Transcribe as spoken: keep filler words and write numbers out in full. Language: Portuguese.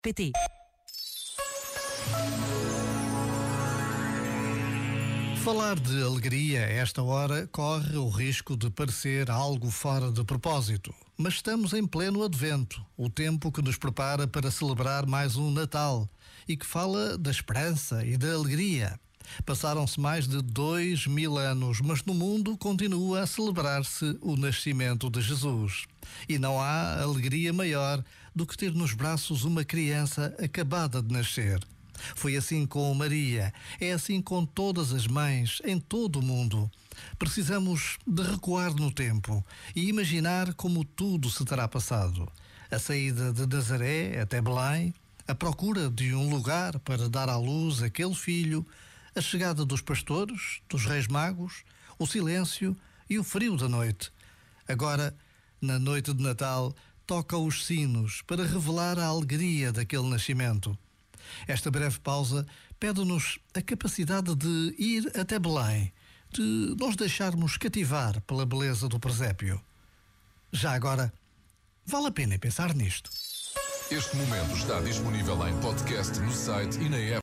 pt. Falar de alegria a esta hora corre o risco de parecer algo fora de propósito. Mas estamos em pleno Advento, o tempo que nos prepara para celebrar mais um Natal e que fala da esperança e da alegria. Passaram-se mais de dois mil anos, mas no mundo continua a celebrar-se o nascimento de Jesus. E não há alegria maior do que ter nos braços uma criança acabada de nascer. Foi assim com Maria, é assim com todas as mães em todo o mundo. Precisamos de recuar no tempo e imaginar como tudo se terá passado. A saída de Nazaré até Belém, a procura de um lugar para dar à luz aquele filho, a chegada dos pastores, dos reis magos, o silêncio e o frio da noite. Agora, na noite de Natal, toca os sinos para revelar a alegria daquele nascimento. Esta breve pausa pede-nos a capacidade de ir até Belém, de nos deixarmos cativar pela beleza do presépio. Já agora, vale a pena pensar nisto. Este momento está disponível em podcast no site e na app.